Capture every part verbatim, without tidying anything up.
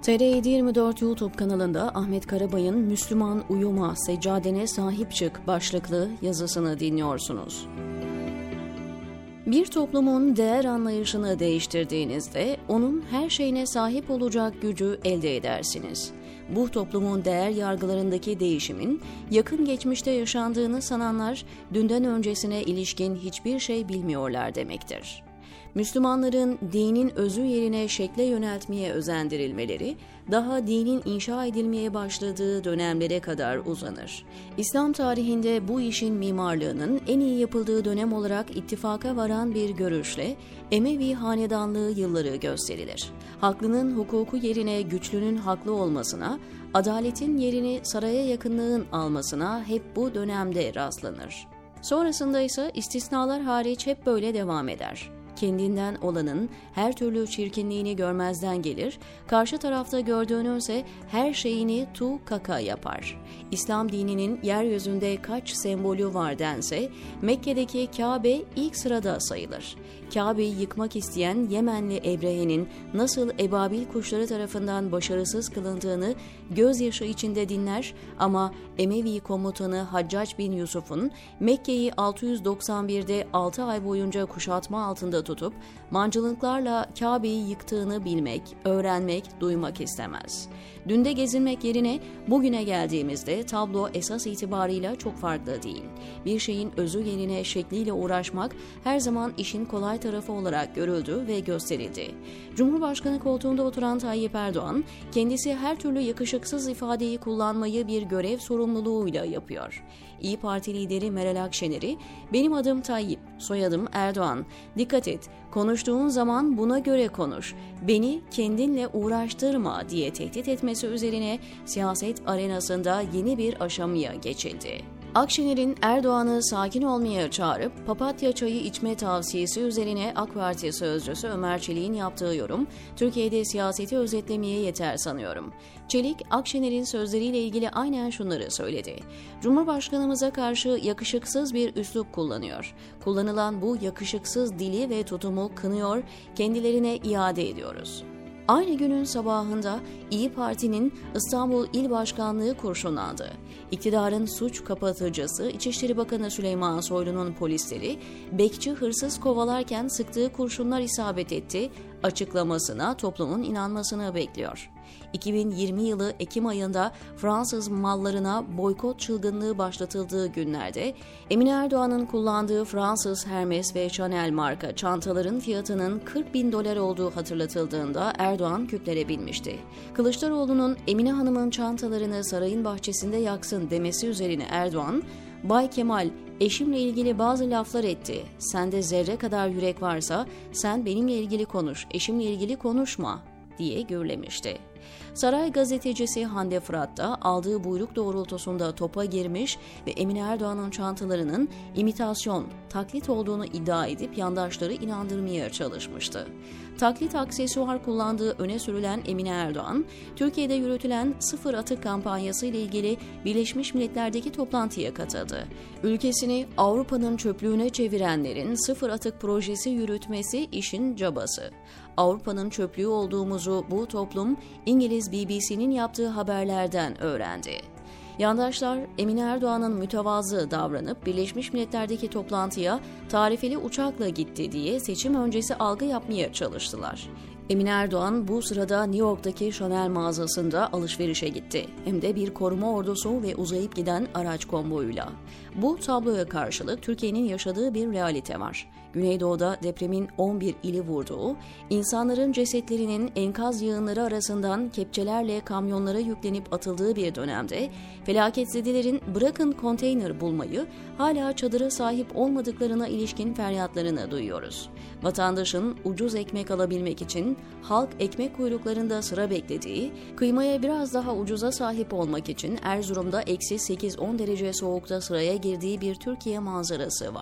T R yedi yirmi dört YouTube kanalında Ahmet Karabay'ın "Müslüman uyuma, seccadene sahip çık" başlıklı yazısını dinliyorsunuz. Bir toplumun değer anlayışını değiştirdiğinizde onun her şeyine sahip olacak gücü elde edersiniz. Bu toplumun değer yargılarındaki değişimin yakın geçmişte yaşandığını sananlar dünden öncesine ilişkin hiçbir şey bilmiyorlar demektir. Müslümanların dinin özü yerine şekle yöneltmeye özendirilmeleri, daha dinin inşa edilmeye başladığı dönemlere kadar uzanır. İslam tarihinde bu işin mimarlığının en iyi yapıldığı dönem olarak ittifaka varan bir görüşle Emevi hanedanlığı yılları gösterilir. Haklının hukuku yerine güçlünün haklı olmasına, adaletin yerini saraya yakınlığın almasına hep bu dönemde rastlanır. Sonrasında ise istisnalar hariç hep böyle devam eder. Kendinden olanın her türlü çirkinliğini görmezden gelir, karşı tarafta gördüğününse her şeyini tu kaka yapar. İslam dininin yeryüzünde kaç sembolü var dense, Mekke'deki Kabe ilk sırada sayılır. Kabe'yi yıkmak isteyen Yemenli Ebrehe'nin nasıl ebabil kuşları tarafından başarısız kılındığını gözyaşı içinde dinler ama Emevi komutanı Haccac bin Yusuf'un Mekke'yi altı yüz doksan birde altı ay boyunca kuşatma altında tutup mancınıklarla Kabe'yi yıktığını bilmek, öğrenmek, duymak istemez. Dünde gezinmek yerine bugüne geldiğimizde tablo esas itibarıyla çok farklı değil. Bir şeyin özü yerine şekliyle uğraşmak her zaman işin kolay tarafı olarak görüldü ve gösterildi. Cumhurbaşkanı koltuğunda oturan Tayyip Erdoğan, kendisi her türlü yakışıksız ifadeyi kullanmayı bir görev sorumluluğuyla yapıyor. İYİ Parti lideri Meral Akşener'i, "Benim adım Tayyip, soyadım Erdoğan. Dikkat et, konuştuğun zaman buna göre konuş. Beni kendinle uğraştırma" diye tehdit etmesi üzerine siyaset arenasında yeni bir aşamaya geçildi. Akşener'in Erdoğan'ı sakin olmaya çağırıp papatya çayı içme tavsiyesi üzerine AK Parti sözcüsü Ömer Çelik'in yaptığı yorum, Türkiye'de siyaseti özetlemeye yeter sanıyorum. Çelik, Akşener'in sözleriyle ilgili aynen şunları söyledi. "Cumhurbaşkanımıza karşı yakışıksız bir üslup kullanıyor. Kullanılan bu yakışıksız dili ve tutumu kınıyor, kendilerine iade ediyoruz." Aynı günün sabahında İYİ Parti'nin İstanbul İl Başkanlığı kurşunlandı. İktidarın suç kapatıcısı İçişleri Bakanı Süleyman Soylu'nun polisleri bekçi hırsız kovalarken sıktığı kurşunlar isabet etti açıklamasına toplumun inanmasını bekliyor. iki bin yirmi yılı Ekim ayında Fransız mallarına boykot çılgınlığı başlatıldığı günlerde Emine Erdoğan'ın kullandığı Fransız Hermes ve Chanel marka çantaların fiyatının kırk bin dolar olduğu hatırlatıldığında Erdoğan küplere binmişti. Kılıçdaroğlu'nun Emine Hanım'ın çantalarını sarayın bahçesinde yaksın demesi üzerine Erdoğan, "Bay Kemal, eşimle ilgili bazı laflar etti. Sende zerre kadar yürek varsa sen benimle ilgili konuş, eşimle ilgili konuşma" diye gürlemişti. Saray gazetecisi Hande Fırat da aldığı buyruk doğrultusunda topa girmiş ve Emine Erdoğan'ın çantalarının imitasyon, taklit olduğunu iddia edip yandaşları inandırmaya çalışmıştı. Taklit aksesuar kullandığı öne sürülen Emine Erdoğan, Türkiye'de yürütülen sıfır atık kampanyası ile ilgili Birleşmiş Milletler'deki toplantıya katıldı. Ülkesini Avrupa'nın çöplüğüne çevirenlerin sıfır atık projesi yürütmesi işin cabası. Avrupa'nın çöplüğü olduğumuzu bu toplum İngiliz B B C'nin yaptığı haberlerden öğrendi. Yandaşlar Emine Erdoğan'ın mütevazı davranıp Birleşmiş Milletler'deki toplantıya tarifeli uçakla gitti diye seçim öncesi algı yapmaya çalıştılar. Emine Erdoğan bu sırada New York'taki Chanel mağazasında alışverişe gitti. Hem de bir koruma ordusu ve uzayıp giden araç konvoyuyla. Bu tabloya karşılık Türkiye'nin yaşadığı bir realite var. Güneydoğu'da depremin on bir ili vurduğu, insanların cesetlerinin enkaz yığınları arasından kepçelerle kamyonlara yüklenip atıldığı bir dönemde felaketsedilerin bırakın konteyner bulmayı, hala çadıra sahip olmadıklarına ilişkin feryatlarını duyuyoruz. Vatandaşın ucuz ekmek alabilmek için halk ekmek kuyruklarında sıra beklediği, kıymaya biraz daha ucuza sahip olmak için Erzurum'da eksi sekiz on derece soğukta sıraya girdiği bir Türkiye manzarası var.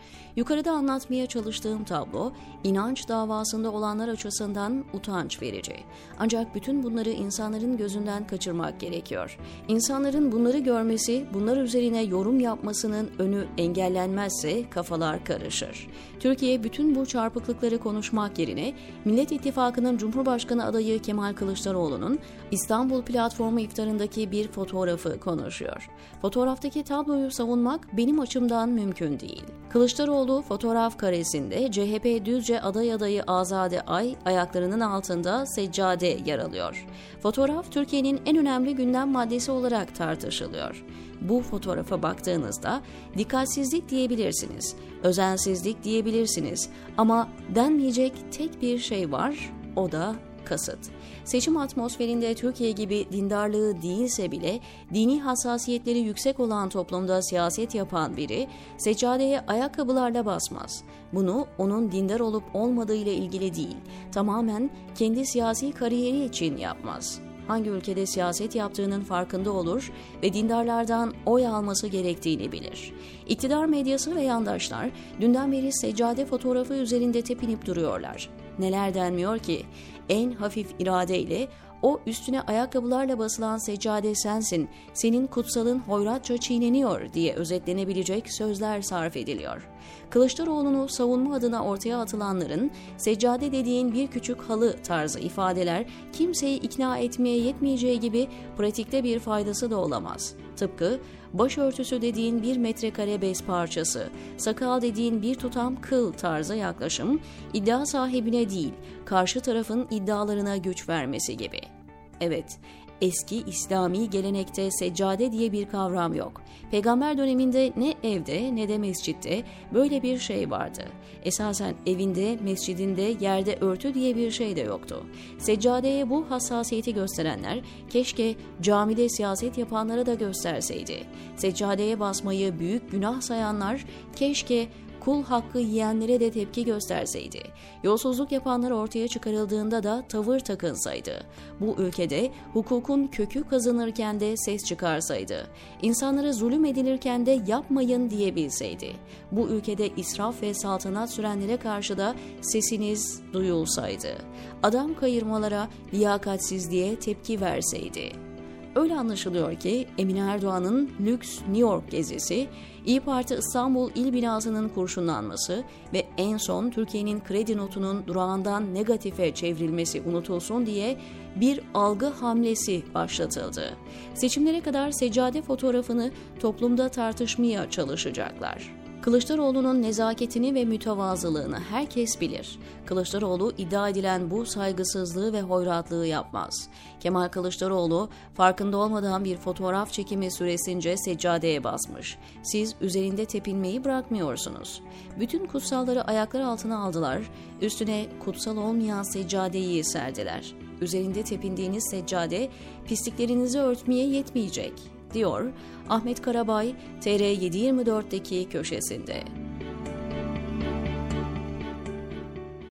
Yukarıda anlatmaya çalıştığım tablo, inanç davasında olanlar açısından utanç verici. Ancak bütün bunları insanların gözünden kaçırmak gerekiyor. İnsanların bunları görmesi, bunlar üzerine yorum yapmasının önü engellenmezse kafalar karışır. Türkiye bütün bu çarpıklıkları konuşmak yerine Millet İttifakı'nın Cumhurbaşkanı adayı Kemal Kılıçdaroğlu'nun İstanbul Platformu iftarındaki bir fotoğrafı konuşuyor. Fotoğraftaki tabloyu savunmak benim açımdan mümkün değil. Kılıçdaroğlu fotoğraf karesinde C H P Düzce aday adayı Azade Ay ayaklarının altında seccade yer alıyor. Fotoğraf Türkiye'nin en önemli gündem maddesi olarak tartışılıyor. Bu fotoğrafa baktığınızda dikkatsizlik diyebilirsiniz, özensizlik diyebilirsiniz ama denmeyecek tek bir şey var, o da kasıt. Seçim atmosferinde Türkiye gibi dindarlığı değilse bile dini hassasiyetleri yüksek olan toplumda siyaset yapan biri seccadeye ayakkabılarla basmaz. Bunu onun dindar olup olmadığı ile ilgili değil, tamamen kendi siyasi kariyeri için yapmaz. Hangi ülkede siyaset yaptığının farkında olur ve dindarlardan oy alması gerektiğini bilir. İktidar medyası ve yandaşlar dünden beri seccade fotoğrafı üzerinde tepinip duruyorlar. Neler denmiyor ki? En hafif iradeyle o üstüne ayakkabılarla basılan seccade sensin, senin kutsalın hoyratça çiğneniyor diye özetlenebilecek sözler sarf ediliyor. Kılıçdaroğlu'nu savunma adına ortaya atılanların seccade dediğin bir küçük halı tarzı ifadeler kimseyi ikna etmeye yetmeyeceği gibi pratikte bir faydası da olamaz. Tıpkı başörtüsü dediğin bir metrekare bez parçası, sakal dediğin bir tutam kıl tarzı yaklaşım, iddia sahibine değil, karşı tarafın iddialarına güç vermesi gibi. Evet, eski İslami gelenekte seccade diye bir kavram yok. Peygamber döneminde ne evde ne de mescitte böyle bir şey vardı. Esasen evinde, mescidinde yerde örtü diye bir şey de yoktu. Seccadeye bu hassasiyeti gösterenler keşke camide siyaset yapanlara da gösterseydi. Seccadeye basmayı büyük günah sayanlar keşke kul hakkı yiyenlere de tepki gösterseydi. Yolsuzluk yapanlar ortaya çıkarıldığında da tavır takınsaydı. Bu ülkede hukukun kökü kazanırken de ses çıkarsaydı. İnsanlara zulüm edilirken de yapmayın diyebilseydi. Bu ülkede israf ve saltanat sürenlere karşı da sesiniz duyulsaydı. Adam kayırmalara, liyakatsizliğe tepki verseydi. Öyle anlaşılıyor ki Emine Erdoğan'ın lüks New York gezisi, İYİ Parti İstanbul İl Binası'nın kurşunlanması ve en son Türkiye'nin kredi notunun durağından negatife çevrilmesi unutulsun diye bir algı hamlesi başlatıldı. Seçimlere kadar seccade fotoğrafını toplumda tartışmaya çalışacaklar. Kılıçdaroğlu'nun nezaketini ve mütevazılığını herkes bilir. Kılıçdaroğlu iddia edilen bu saygısızlığı ve hoyratlığı yapmaz. Kemal Kılıçdaroğlu farkında olmadan bir fotoğraf çekimi süresince seccadeye basmış. Siz üzerinde tepinmeyi bırakmıyorsunuz. Bütün kutsalları ayaklar altına aldılar, üstüne kutsal olmayan seccadeyi serdiler. Üzerinde tepindiğiniz seccade pisliklerinizi örtmeye yetmeyecek, diyor Ahmet Karabay T R yedi yirmi dört'teki köşesinde.